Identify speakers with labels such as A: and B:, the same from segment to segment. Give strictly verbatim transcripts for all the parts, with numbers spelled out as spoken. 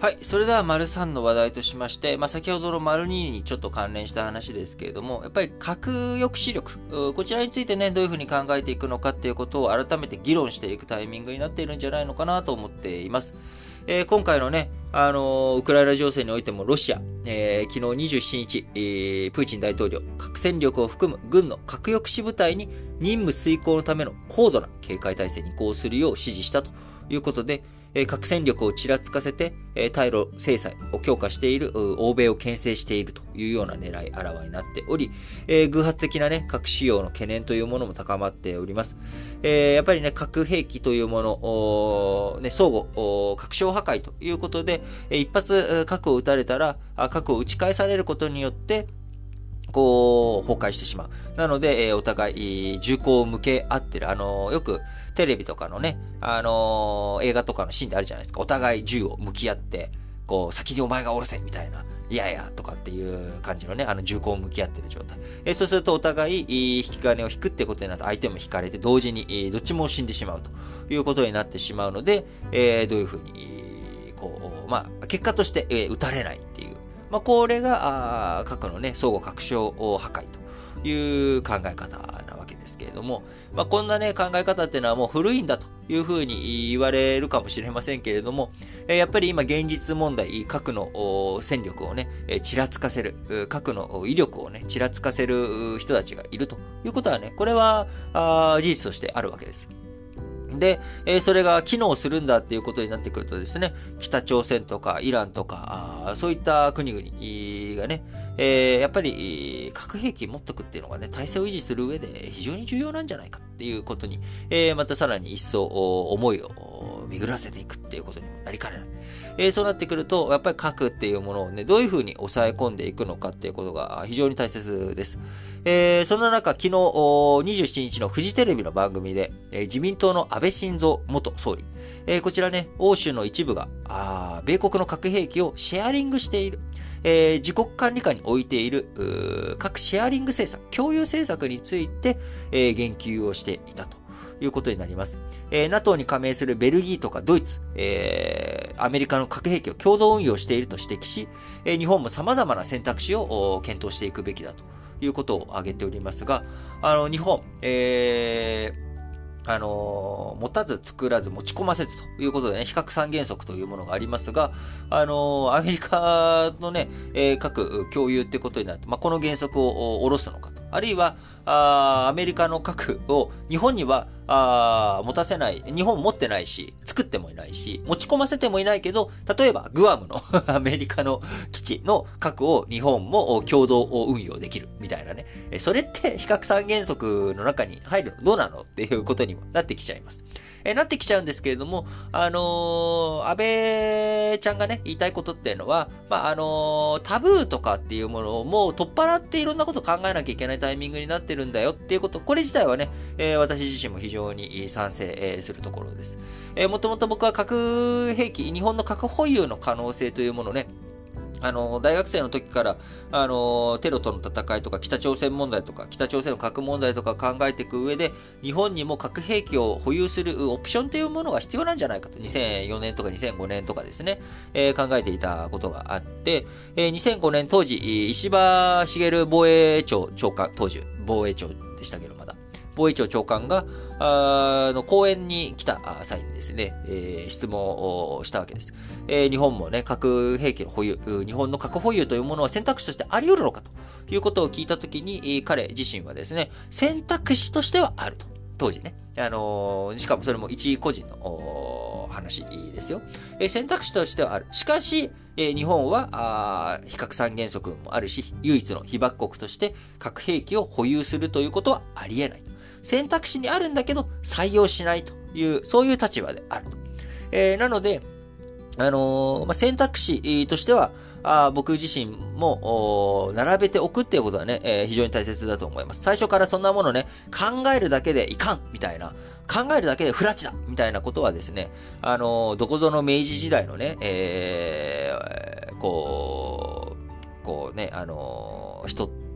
A: はい。それでは、丸さんの話題としまして、まあ、先ほどの丸ににちょっと関連した話ですけれども、やっぱり核抑止力、こちらについてね、どういうふうに考えていくのかっていうことを改めて議論していくタイミングになっているんじゃないのかなと思っています。えー、今回のね、あのー、ウクライナ情勢においてもロシア、えー、昨日にじゅうしちにち、えー、プーチン大統領、核戦力を含む軍の核抑止部隊に任務遂行のための高度な警戒態勢に移行するよう指示したということで、核戦力をちらつかせて、対ロ制裁を強化している欧米を牽制しているというような狙いあらわになっており、偶発的なね、核使用の懸念というものも高まっております。やっぱりね、核兵器というもの、ね、相互、核小破壊ということで、一発核を撃たれたら、核を撃ち返されることによって、こう、崩壊してしまう。なので、えー、お互い、銃口を向け合ってる。あのー、よく、テレビとかのね、あのー、映画とかのシーンであるじゃないですか。お互い銃を向き合って、こう、先にお前が下ろせみたいな。いやいや、とかっていう感じのね、あの、銃口を向き合ってる状態。えー、そうすると、お互い、引き金を引くってことになると、相手も引かれて、同時に、えー、どっちも死んでしまうということになってしまうので、えー、どういうふうに、こう、まあ、結果として、えー、撃たれないっていう。まあ、これが、核のね、相互拡張破壊という考え方なわけですけれども、まあ、こんなね、考え方っていうのはもう古いんだというふうに言われるかもしれませんけれども、やっぱり今現実問題、核の戦力をね、ちらつかせる、核の威力をね、ちらつかせる人たちがいるということはね、これは事実としてあるわけです。で、えー、それが機能するんだっていうことになってくるとですね、北朝鮮とかイランとか、あそういった国々がね、えー、やっぱり核兵器持っとくっていうのがね、体制を維持する上で非常に重要なんじゃないかっていうことに、えー、またさらに一層思いを巡らせていくっていうことにもなりかねない。えー、そうなってくると、やっぱり核っていうものをね、どういうふうに抑え込んでいくのかっていうことが非常に大切です。えー、そんな中、昨日にじゅうしちにちのフジテレビの番組で、えー、自民党の安倍晋三元総理、えー、こちらね、欧州の一部が、あ米国の核兵器をシェアリングしている。えー、自国管理下に置いている核シェアリング政策、共有政策について、えー、言及をしていたということになります。えー、NATO に加盟するベルギーとかドイツ、えー、アメリカの核兵器を共同運用していると指摘し、えー、日本も様々な選択肢を検討していくべきだということを挙げておりますが、あの、日本、えー、あのー、持たず作らず持ち込ませずということでね、非核三原則というものがありますが、あのー、アメリカのね、えー、核共有ってことになって、まあ、この原則を下ろすのかと。あるいは、あアメリカの核を日本にはあ持たせない、日本持ってないし、作ってもいないし、持ち込ませてもいないけど、例えばグアムのアメリカの基地の核を日本も共同運用できるみたいなね。それって非核三原則の中に入るのどうなのっていうことにもなってきちゃいます。えなってきちゃうんですけれども、あのー、安倍ちゃんがね、言いたいことっていうのは、まあ、あのー、タブーとかっていうものをもう取っ払っていろんなことを考えなきゃいけないタイミングになってるんだよっていうこと、これ自体はね、えー、私自身も非常に賛成するところです。えー、もともと僕は核兵器、日本の核保有の可能性というものをね、あの、大学生の時から、あの、テロとの戦いとか、北朝鮮問題とか、北朝鮮の核問題とか考えていく上で、日本にも核兵器を保有するオプションというものが必要なんじゃないかと、にせんよねんとかにせんごねんとかですね、えー、考えていたことがあって、えー、にせんごねん当時、石破茂防衛庁長官、当時、防衛庁でしたけど、まだ。防衛庁長官が、あの、講演に来た際にですね、えー、質問をしたわけです。えー、日本もね、核兵器の保有、日本の核保有というものは選択肢としてあり得るのかということを聞いたときに、彼自身はですね、選択肢としてはあると。当時ね。あのー、しかもそれも一個人の話ですよ。えー、選択肢としてはある。しかし、えー、日本はあ非核三原則もあるし、唯一の被爆国として核兵器を保有するということはあり得ない。選択肢にあるんだけど採用しないという、そういう立場であると。えー、なので、あのーまあ、選択肢としては、あ僕自身も並べておくっていうことはね、えー、非常に大切だと思います。最初からそんなものね、考えるだけでいかんみたいな、考えるだけで不埒だみたいなことはですね、あのー、どこぞの明治時代のね、えー、こう、こうね、あのー、人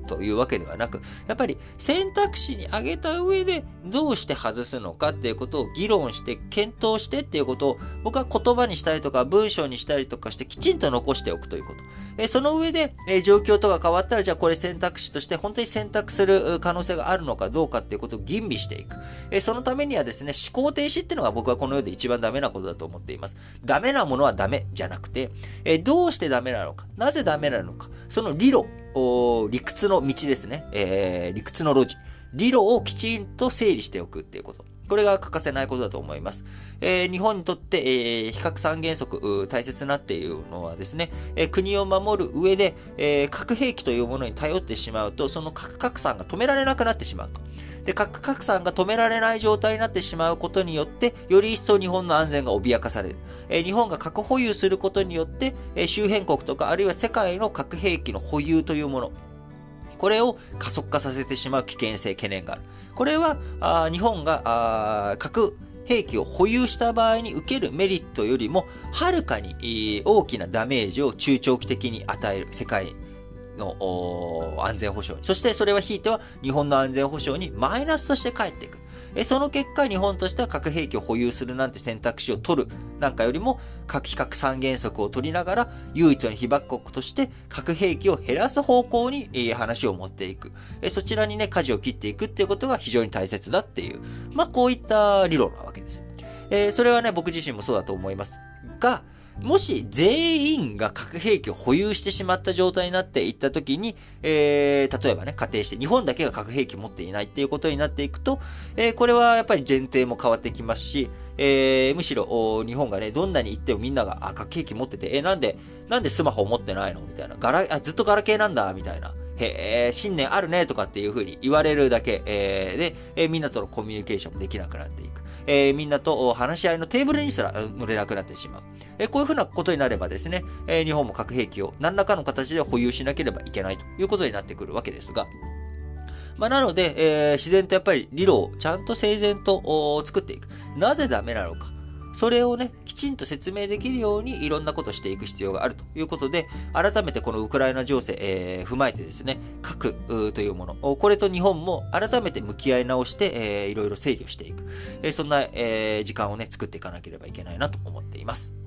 A: というわけではなく、やっぱり選択肢に挙げた上でどうして外すのかっていうことを議論して検討してっていうことを僕は言葉にしたりとか文章にしたりとかしてきちんと残しておくということ。えその上で、え状況とか変わったらじゃあこれ選択肢として本当に選択する可能性があるのかどうかっていうことを吟味していく。えそのためにはですね、思考停止っていうのが僕はこの世で一番ダメなことだと思っています。ダメなものはダメじゃなくて、えどうしてダメなのか、なぜダメなのか、その理論、理屈の道ですね、えー、理屈の路地、理論をきちんと整理しておくっていうこと。これが欠かせないことだと思います。えー、日本にとって、えー、非核三原則、大切なっていうのはですね、えー、国を守る上で、えー、核兵器というものに頼ってしまうと、その核拡散が止められなくなってしまうと。で、核拡散が止められない状態になってしまうことによって、より一層日本の安全が脅かされる。えー、日本が核保有することによって、えー、周辺国とか、あるいは世界の核兵器の保有というもの、これを加速化させてしまう危険性、懸念がある。これは、あ日本があ核兵器を保有した場合に受けるメリットよりも、はるかに大きなダメージを中長期的に与える世界の安全保障に。そしてそれはひいては日本の安全保障にマイナスとして返ってくる。えその結果、日本としては核兵器を保有するなんて選択肢を取るなんかよりも、核非核三原則を取りながら、唯一の被爆国として核兵器を減らす方向に、えー、話を持っていく。えそちらにね、舵を切っていくっていうことが非常に大切だっていう、まあ、こういった理論なわけです。えー、それはね、僕自身もそうだと思いますが、もし全員が核兵器を保有してしまった状態になっていったときに、えー、例えばね、仮定して日本だけが核兵器を持っていないっていうことになっていくと、えー、これはやっぱり前提も変わってきますし、えー、むしろ日本がね、どんなに言ってもみんながあ核兵器持ってて、えー、なんで、なんでスマホ持ってないのみたいな。ガラ、あ、ずっとガラケーなんだみたいな。へえ、信念あるねとかっていう風に言われるだけ、えー、で、えー、みんなとのコミュニケーションもできなくなっていく。えー、みんなと話し合いのテーブルにすら乗れなくなってしまう。えー、こういう風なことになればですね、えー、日本も核兵器を何らかの形で保有しなければいけないということになってくるわけですが、まあ、なので、えー、自然とやっぱり理論をちゃんと整然と作っていく。なぜダメなのか。それをね、きちんと説明できるようにいろんなことをしていく必要があるということで、改めてこのウクライナ情勢、えー、踏まえてですね、核というもの、これと日本も改めて向き合い直して、えー、いろいろ整理をしていく。えー、そんな、えー、時間をね、作っていかなければいけないなと思っています。